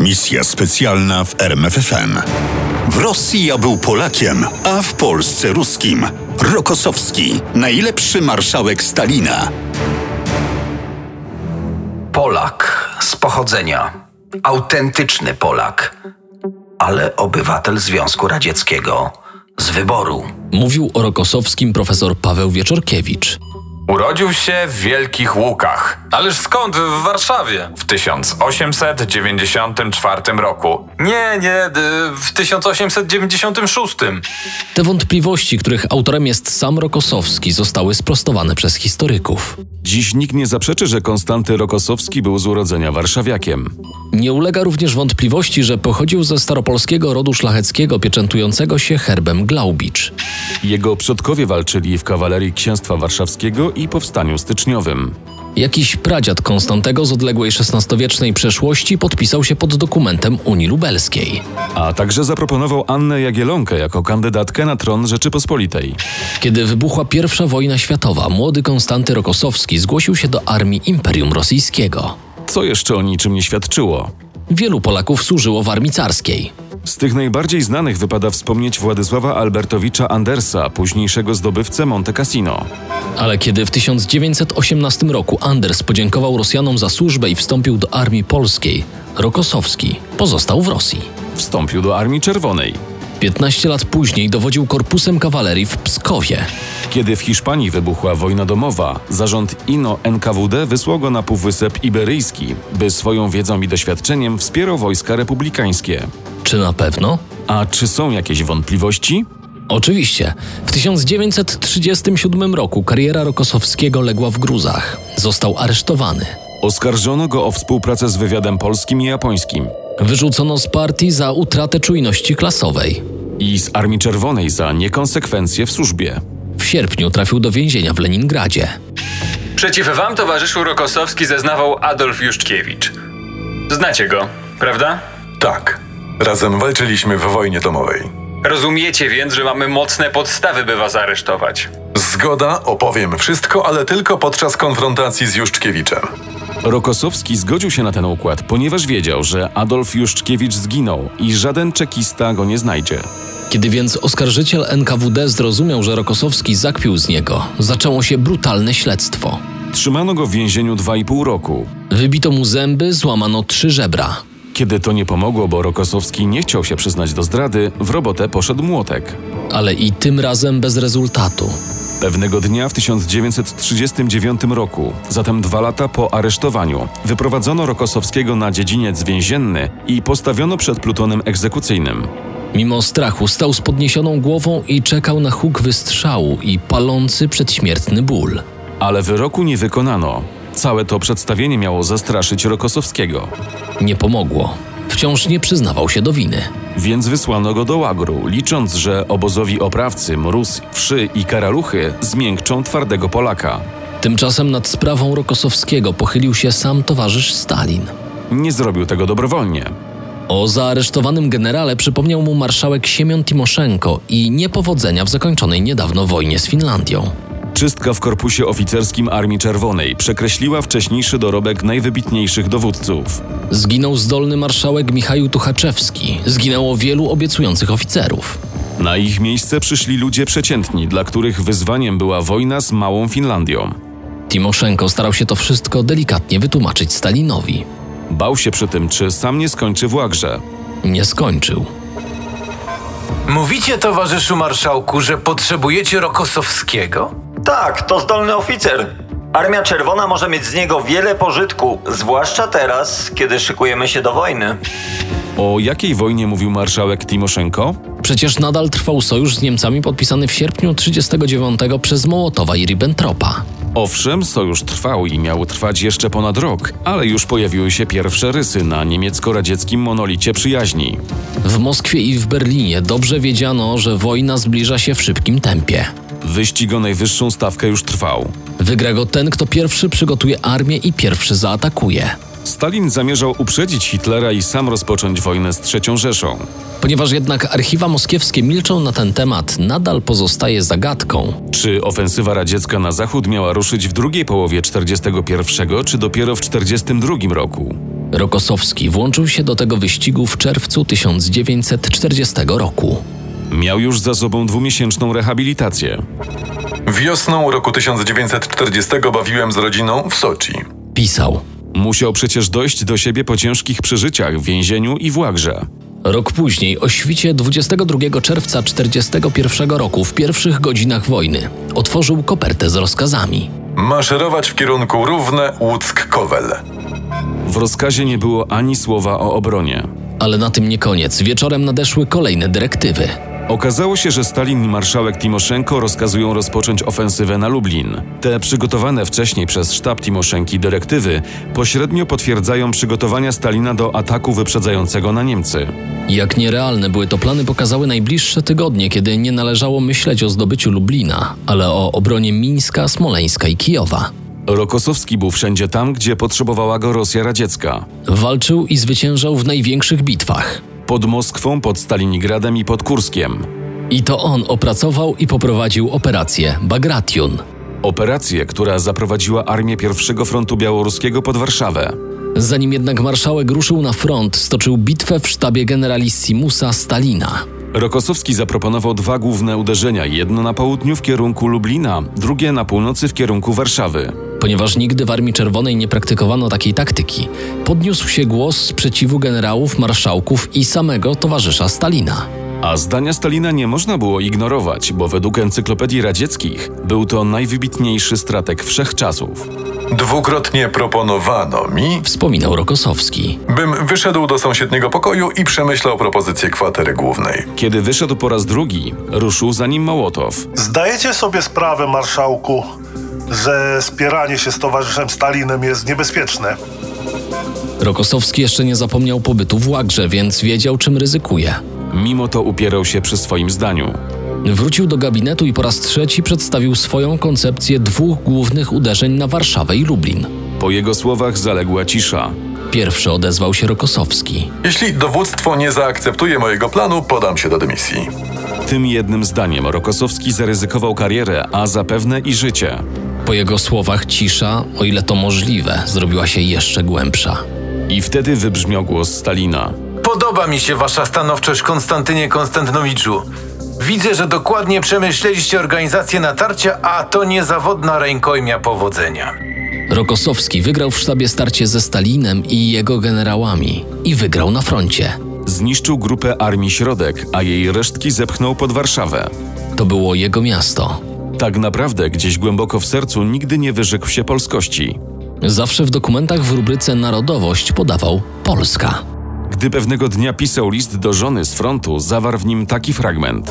Misja specjalna w RMFFM. W Rosji ja był Polakiem, a w Polsce Ruskim. Rokosowski, najlepszy marszałek Stalina. Polak z pochodzenia. Autentyczny Polak. Ale obywatel Związku Radzieckiego. Z wyboru. Mówił o Rokosowskim profesor Paweł Wieczorkiewicz. Urodził się w Wielkich Łukach. Ależ skąd? W Warszawie. W 1894 roku. Nie, w 1896. Te wątpliwości, których autorem jest sam Rokosowski, zostały sprostowane przez historyków. Dziś nikt nie zaprzeczy, że Konstanty Rokosowski był z urodzenia warszawiakiem. Nie ulega również wątpliwości, że pochodził ze staropolskiego rodu szlacheckiego pieczętującego się herbem Glaubicz. Jego przodkowie walczyli w kawalerii księstwa warszawskiego i powstaniu styczniowym. Jakiś pradziad Konstantego z odległej XVI-wiecznej przeszłości podpisał się pod dokumentem Unii Lubelskiej. A także zaproponował Annę Jagiellonkę jako kandydatkę na tron Rzeczypospolitej. Kiedy wybuchła I wojna światowa, młody Konstanty Rokosowski zgłosił się do armii Imperium Rosyjskiego. Co jeszcze o niczym nie świadczyło? Wielu Polaków służyło w armii carskiej. Z tych najbardziej znanych wypada wspomnieć Władysława Albertowicza Andersa, późniejszego zdobywcę Monte Cassino. Ale kiedy w 1918 roku Anders podziękował Rosjanom za służbę i wstąpił do armii polskiej, Rokosowski pozostał w Rosji. Wstąpił do Armii Czerwonej. 15 lat później dowodził korpusem kawalerii w Pskowie. Kiedy w Hiszpanii wybuchła wojna domowa, zarząd INO NKWD wysłał go na Półwysep Iberyjski, by swoją wiedzą i doświadczeniem wspierał wojska republikańskie. Czy na pewno? A czy są jakieś wątpliwości? Oczywiście. W 1937 roku kariera Rokosowskiego legła w gruzach. Został aresztowany. Oskarżono go o współpracę z wywiadem polskim i japońskim. Wyrzucono z partii za utratę czujności klasowej. I z Armii Czerwonej za niekonsekwencje w służbie. W sierpniu trafił do więzienia w Leningradzie. Przeciw wam, towarzyszu Rokosowski, zeznawał Adolf Juszczkiewicz. Znacie go, prawda? Tak. Razem walczyliśmy w wojnie domowej. Rozumiecie więc, że mamy mocne podstawy, by was aresztować. Zgoda, opowiem wszystko, ale tylko podczas konfrontacji z Juszczkiewiczem. Rokosowski zgodził się na ten układ, ponieważ wiedział, że Adolf Juszczkiewicz zginął i żaden czekista go nie znajdzie. Kiedy więc oskarżyciel NKWD zrozumiał, że Rokosowski zakpił z niego, zaczęło się brutalne śledztwo. Trzymano go w więzieniu 2,5 roku. Wybito mu zęby, złamano 3 żebra. Kiedy to nie pomogło, bo Rokosowski nie chciał się przyznać do zdrady, w robotę poszedł młotek. Ale i tym razem bez rezultatu. Pewnego dnia w 1939 roku, zatem 2 lata po aresztowaniu, wyprowadzono Rokosowskiego na dziedziniec więzienny i postawiono przed plutonem egzekucyjnym. Mimo strachu stał z podniesioną głową i czekał na huk wystrzału i palący przedśmiertny ból. Ale wyroku nie wykonano. Całe to przedstawienie miało zastraszyć Rokosowskiego. Nie pomogło. Wciąż nie przyznawał się do winy. Więc wysłano go do łagru, licząc, że obozowi oprawcy, mróz, wszy i karaluchy zmiękczą twardego Polaka. Tymczasem nad sprawą Rokosowskiego pochylił się sam towarzysz Stalin. Nie zrobił tego dobrowolnie. O zaaresztowanym generale przypomniał mu marszałek Siemion Timoszenko i niepowodzenia w zakończonej niedawno wojnie z Finlandią. Czystka w korpusie oficerskim Armii Czerwonej przekreśliła wcześniejszy dorobek najwybitniejszych dowódców. Zginął zdolny marszałek Michał Tuchaczewski. Zginęło wielu obiecujących oficerów. Na ich miejsce przyszli ludzie przeciętni, dla których wyzwaniem była wojna z małą Finlandią. Timoszenko starał się to wszystko delikatnie wytłumaczyć Stalinowi. Bał się przy tym, czy sam nie skończy w łagrze. Nie skończył. Mówicie, towarzyszu marszałku, że potrzebujecie Rokosowskiego? Tak, to zdolny oficer. Armia Czerwona może mieć z niego wiele pożytku, zwłaszcza teraz, kiedy szykujemy się do wojny. O jakiej wojnie mówił marszałek Timoszenko? Przecież nadal trwał sojusz z Niemcami podpisany w sierpniu 1939 przez Mołotowa i Ribbentropa. Owszem, sojusz trwał i miał trwać jeszcze ponad rok, ale już pojawiły się pierwsze rysy na niemiecko-radzieckim monolicie przyjaźni. W Moskwie i w Berlinie dobrze wiedziano, że wojna zbliża się w szybkim tempie. Wyścig o najwyższą stawkę już trwał. Wygra go ten, kto pierwszy przygotuje armię i pierwszy zaatakuje. Stalin zamierzał uprzedzić Hitlera i sam rozpocząć wojnę z III Rzeszą. Ponieważ jednak archiwa moskiewskie milczą na ten temat, nadal pozostaje zagadką. Czy ofensywa radziecka na zachód miała ruszyć w drugiej połowie 1941 czy dopiero w 1942 roku? Rokosowski włączył się do tego wyścigu w czerwcu 1940 roku. Miał już za sobą 2-miesięczną rehabilitację. Wiosną roku 1940 bawiłem z rodziną w Soczi. Pisał. Musiał przecież dojść do siebie po ciężkich przeżyciach w więzieniu i w łagrze. Rok później, o świcie 22 czerwca 1941 roku, w pierwszych godzinach wojny, otworzył kopertę z rozkazami. Maszerować w kierunku Równe, Łuck-Kowel. W rozkazie nie było ani słowa o obronie. Ale na tym nie koniec. Wieczorem nadeszły kolejne dyrektywy. Okazało się, że Stalin i marszałek Timoszenko rozkazują rozpocząć ofensywę na Lublin. Te przygotowane wcześniej przez sztab Timoszenki dyrektywy pośrednio potwierdzają przygotowania Stalina do ataku wyprzedzającego na Niemcy. Jak nierealne były to plany, pokazały najbliższe tygodnie, kiedy nie należało myśleć o zdobyciu Lublina, ale o obronie Mińska, Smoleńska i Kijowa. Rokosowski był wszędzie tam, gdzie potrzebowała go Rosja radziecka. Walczył i zwyciężał w największych bitwach. Pod Moskwą, pod Stalinigradem i pod Kurskiem. I to on opracował i poprowadził operację Bagration. Operację, która zaprowadziła armię pierwszego frontu białoruskiego pod Warszawę. Zanim jednak marszałek ruszył na front, stoczył bitwę w sztabie generalissimusa Stalina. Rokosowski zaproponował 2 główne uderzenia, jedno na południu w kierunku Lublina, drugie na północy w kierunku Warszawy. Ponieważ nigdy w Armii Czerwonej nie praktykowano takiej taktyki, podniósł się głos sprzeciwu generałów, marszałków i samego towarzysza Stalina. A zdania Stalina nie można było ignorować, bo według encyklopedii radzieckich był to najwybitniejszy strateg wszechczasów. Dwukrotnie proponowano mi, Wspominał Rokosowski. bym wyszedł do sąsiedniego pokoju i przemyślał propozycję kwatery głównej. Kiedy wyszedł po raz drugi, ruszył za nim Mołotow. Zdajecie sobie sprawę, marszałku, że spieranie się z towarzyszem Stalinem jest niebezpieczne? Rokosowski jeszcze nie zapomniał pobytu w łagrze, więc wiedział, czym ryzykuje. Mimo to upierał się przy swoim zdaniu. Wrócił do gabinetu i po raz trzeci przedstawił swoją koncepcję 2 głównych uderzeń na Warszawę i Lublin. Po jego słowach zaległa cisza. Pierwszy odezwał się Rokosowski. Jeśli dowództwo nie zaakceptuje mojego planu, podam się do dymisji. Tym jednym zdaniem Rokosowski zaryzykował karierę, a zapewne i życie. Po jego słowach cisza, o ile to możliwe, zrobiła się jeszcze głębsza. I wtedy wybrzmiał głos Stalina. Podoba mi się wasza stanowczość, Konstantynie Konstantynowiczu. Widzę, że dokładnie przemyśleliście organizację natarcia, a to niezawodna rękojmia powodzenia. Rokosowski wygrał w sztabie starcie ze Stalinem i jego generałami i wygrał na froncie. Zniszczył grupę Armii Środek, a jej resztki zepchnął pod Warszawę. To było jego miasto. Tak naprawdę gdzieś głęboko w sercu nigdy nie wyrzekł się polskości. Zawsze w dokumentach w rubryce Narodowość podawał Polska. Gdy pewnego dnia pisał list do żony z frontu, zawarł w nim taki fragment.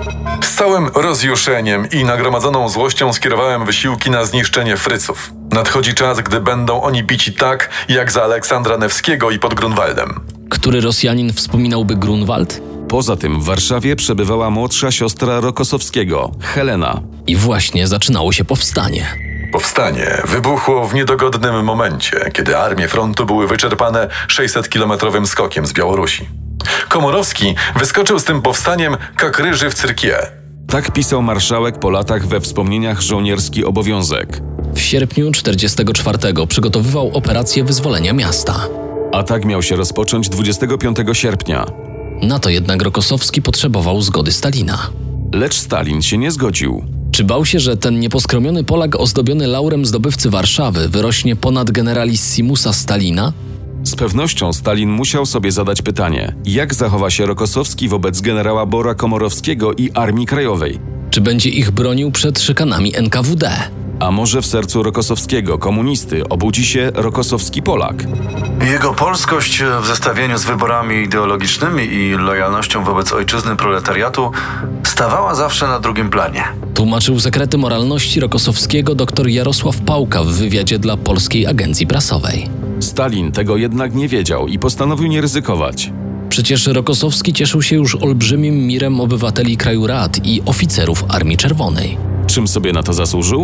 Z całym rozjuszeniem i nagromadzoną złością skierowałem wysiłki na zniszczenie Fryców. Nadchodzi czas, gdy będą oni bici tak, jak za Aleksandra Newskiego i pod Grunwaldem. Który Rosjanin wspominałby Grunwald? Poza tym w Warszawie przebywała młodsza siostra Rokosowskiego, Helena. I właśnie zaczynało się powstanie. Powstanie wybuchło w niedogodnym momencie, kiedy armie frontu były wyczerpane 600-kilometrowym skokiem z Białorusi. Komorowski wyskoczył z tym powstaniem jak ryży w cyrkie. Tak pisał marszałek po latach we wspomnieniach Żołnierski obowiązek. W sierpniu 1944 przygotowywał operację wyzwolenia miasta. Atak miał się rozpocząć 25 sierpnia. Na to jednak Rokosowski potrzebował zgody Stalina. Lecz Stalin się nie zgodził. Czy bał się, że ten nieposkromiony Polak ozdobiony laurem zdobywcy Warszawy wyrośnie ponad generalissimusa Stalina? Z pewnością Stalin musiał sobie zadać pytanie, jak zachowa się Rokosowski wobec generała Bora Komorowskiego i Armii Krajowej? Czy będzie ich bronił przed szykanami NKWD? A może w sercu Rokosowskiego, komunisty, obudzi się Rokosowski Polak? Jego polskość w zestawieniu z wyborami ideologicznymi i lojalnością wobec ojczyzny proletariatu stawała zawsze na drugim planie. Tłumaczył sekrety moralności Rokosowskiego dr Jarosław Pałka w wywiadzie dla Polskiej Agencji Prasowej. Stalin tego jednak nie wiedział i postanowił nie ryzykować. Przecież Rokosowski cieszył się już olbrzymim mirem obywateli kraju rad i oficerów Armii Czerwonej. Czym sobie na to zasłużył?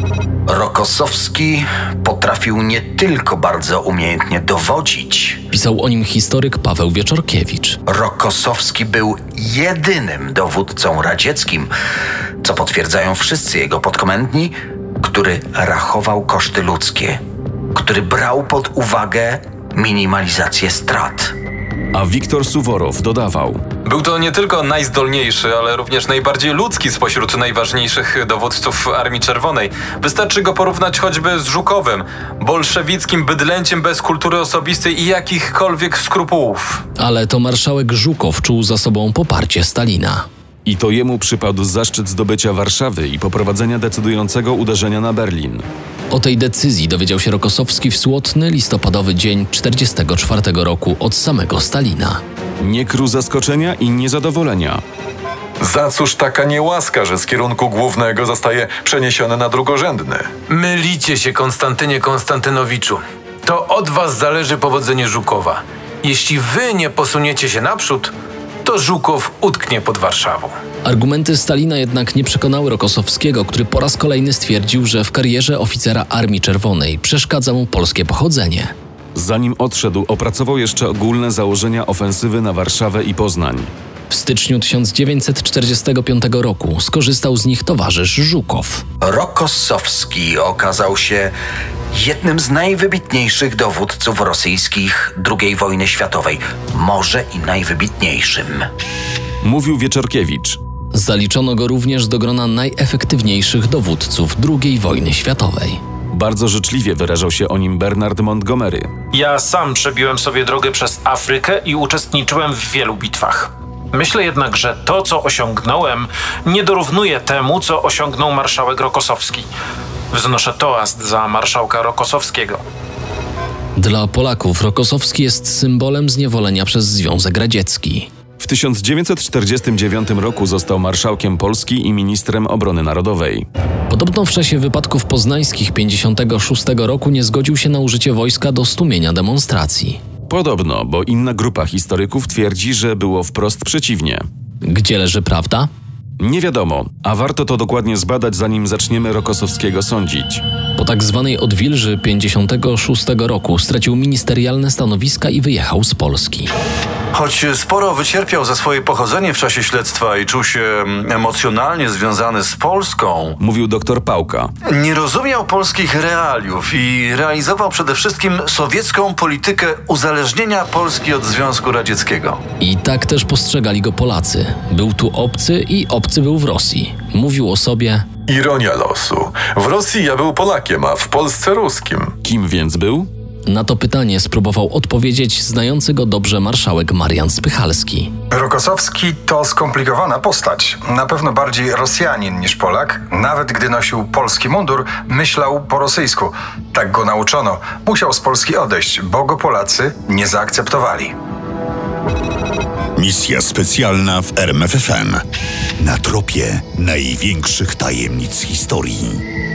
Rokosowski potrafił nie tylko bardzo umiejętnie dowodzić. Pisał o nim historyk Paweł Wieczorkiewicz. Rokosowski był jedynym dowódcą radzieckim, co potwierdzają wszyscy jego podkomendni, który rachował koszty ludzkie, który brał pod uwagę minimalizację strat. A Wiktor Suworow dodawał: Był to nie tylko najzdolniejszy, ale również najbardziej ludzki spośród najważniejszych dowódców Armii Czerwonej. Wystarczy go porównać choćby z Żukowem, bolszewickim bydlęciem bez kultury osobistej i jakichkolwiek skrupułów. Ale to marszałek Żukow czuł za sobą poparcie Stalina. I to jemu przypadł zaszczyt zdobycia Warszawy i poprowadzenia decydującego uderzenia na Berlin. O tej decyzji dowiedział się Rokossowski w słotny, listopadowy dzień 1944 roku od samego Stalina. Nie krył zaskoczenia i niezadowolenia. Za cóż taka niełaska, że z kierunku głównego zostaje przeniesiony na drugorzędny? Mylicie się, Konstantynie Konstantynowiczu. To od was zależy powodzenie Żukowa. Jeśli wy nie posuniecie się naprzód, to Żukow utknie pod Warszawą. Argumenty Stalina jednak nie przekonały Rokossowskiego, który po raz kolejny stwierdził, że w karierze oficera Armii Czerwonej przeszkadza mu polskie pochodzenie. Zanim odszedł, opracował jeszcze ogólne założenia ofensywy na Warszawę i Poznań. W styczniu 1945 roku skorzystał z nich towarzysz Żukow. Rokossowski okazał się jednym z najwybitniejszych dowódców rosyjskich II wojny światowej, może i najwybitniejszym. Mówił Wieczorkiewicz. Zaliczono go również do grona najefektywniejszych dowódców II wojny światowej. Bardzo życzliwie wyrażał się o nim Bernard Montgomery. Ja sam przebiłem sobie drogę przez Afrykę i uczestniczyłem w wielu bitwach. Myślę jednak, że to, co osiągnąłem, nie dorównuje temu, co osiągnął marszałek Rokossowski. Wznoszę toast za marszałka Rokossowskiego. Dla Polaków Rokossowski jest symbolem zniewolenia przez Związek Radziecki. W 1949 roku został marszałkiem Polski i ministrem obrony narodowej. Podobno w czasie wypadków poznańskich 1956 roku nie zgodził się na użycie wojska do stłumienia demonstracji. Podobno, bo inna grupa historyków twierdzi, że było wprost przeciwnie. Gdzie leży prawda? Nie wiadomo, a warto to dokładnie zbadać, zanim zaczniemy Rokossowskiego sądzić. Po tak zwanej odwilży 1956 roku stracił ministerialne stanowiska i wyjechał z Polski. Choć sporo wycierpiał za swoje pochodzenie w czasie śledztwa i czuł się emocjonalnie związany z Polską, mówił dr Pałka. Nie rozumiał polskich realiów i realizował przede wszystkim sowiecką politykę uzależnienia Polski od Związku Radzieckiego. I tak też postrzegali go Polacy. Był tu obcy i obcy był w Rosji. Mówił o sobie: Ironia losu. W Rosji ja był Polakiem, a w Polsce Ruskim. Kim więc był? Na to pytanie spróbował odpowiedzieć znający go dobrze marszałek Marian Spychalski. Rokossowski to skomplikowana postać. Na pewno bardziej Rosjanin niż Polak. Nawet gdy nosił polski mundur, myślał po rosyjsku. Tak go nauczono. Musiał z Polski odejść, bo go Polacy nie zaakceptowali. Misja specjalna w RMFFM. Na tropie największych tajemnic historii.